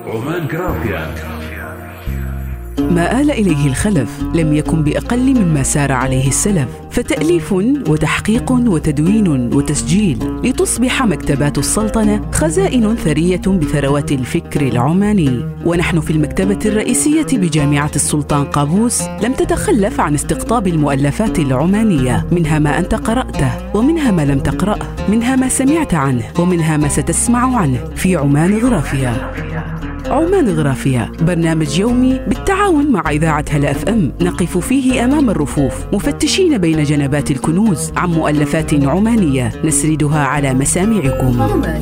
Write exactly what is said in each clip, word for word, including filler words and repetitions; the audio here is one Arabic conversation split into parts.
عمان جرافيا. ما آل إليه الخلف لم يكن بأقل مما سار عليه السلف، فتأليف وتحقيق وتدوين وتسجيل لتصبح مكتبات السلطنة خزائن ثرية بثروات الفكر العماني. ونحن في المكتبة الرئيسية بجامعة السلطان قابوس لم تتخلف عن استقطاب المؤلفات العمانية، منها ما أنت قرأته ومنها ما لم تقرأه، منها ما سمعت عنه ومنها ما ستسمع عنه في عمان غرافيا. عمان غرافيا برنامج يومي بالتعاون مع إذاعة هلا اف ام، نقف فيه أمام الرفوف مفتشين بين جنبات الكنوز عن مؤلفات عمانية نسردها على مسامعكم.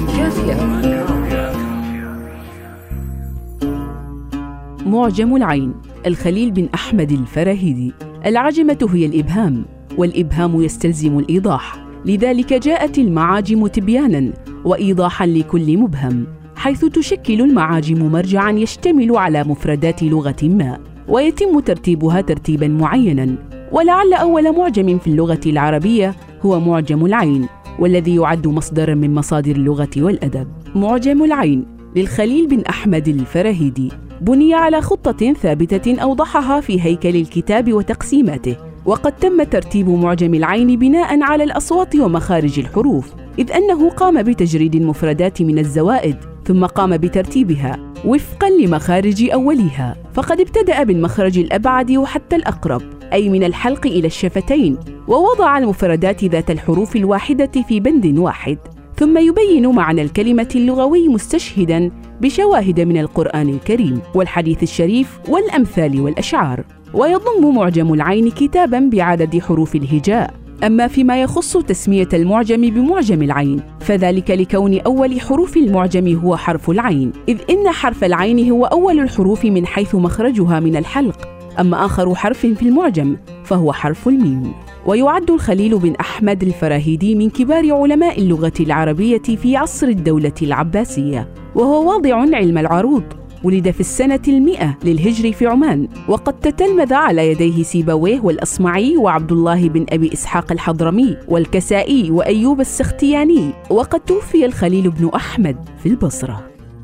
معجم العين، الخليل بن أحمد الفراهيدي. العجمة هي الإبهام، والإبهام يستلزم الإيضاح، لذلك جاءت المعاجم تبيانا وإيضاحا لكل مبهم، حيث تشكل المعاجم مرجعاً يشتمل على مفردات لغة ما، ويتم ترتيبها ترتيباً معيناً. ولعل أول معجم في اللغة العربية هو معجم العين، والذي يعد مصدراً من مصادر اللغة والأدب. معجم العين للخليل بن أحمد الفراهيدي بني على خطة ثابتة أوضحها في هيكل الكتاب وتقسيماته، وقد تم ترتيب معجم العين بناءً على الأصوات ومخارج الحروف، إذ أنه قام بتجريد المفردات من الزوائد ثم قام بترتيبها وفقاً لمخارج أولها، فقد ابتدأ بالمخرج الأبعد وحتى الأقرب، أي من الحلق إلى الشفتين، ووضع المفردات ذات الحروف الواحدة في بند واحد، ثم يبين معنى الكلمة اللغوي مستشهداً بشواهد من القرآن الكريم والحديث الشريف والأمثال والأشعار. ويضم معجم العين كتاباً بعدد حروف الهجاء. أما فيما يخص تسمية المعجم بمعجم العين فذلك لكون أول حروف المعجم هو حرف العين، إذ إن حرف العين هو أول الحروف من حيث مخرجها من الحلق، أما آخر حرف في المعجم فهو حرف الميم. ويعد الخليل بن أحمد الفراهيدي من كبار علماء اللغة العربية في عصر الدولة العباسية، وهو واضع علم العروض. ولد في السنة المئة للهجر في عمان، وقد تتلمذ على يديه سيبويه والأصمعي وعبد الله بن أبي إسحاق الحضرمي والكسائي وأيوب السختياني، وقد توفي الخليل بن أحمد في البصرة.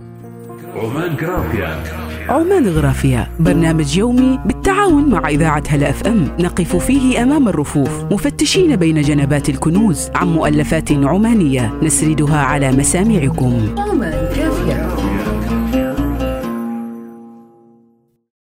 عمان جرافيا. عمان غرافيا برنامج يومي بالتعاون مع إذاعة هلا اف ام، نقف فيه أمام الرفوف مفتشين بين جنبات الكنوز عن مؤلفات عمانية نسردها على مسامعكم. عمان جرافيا.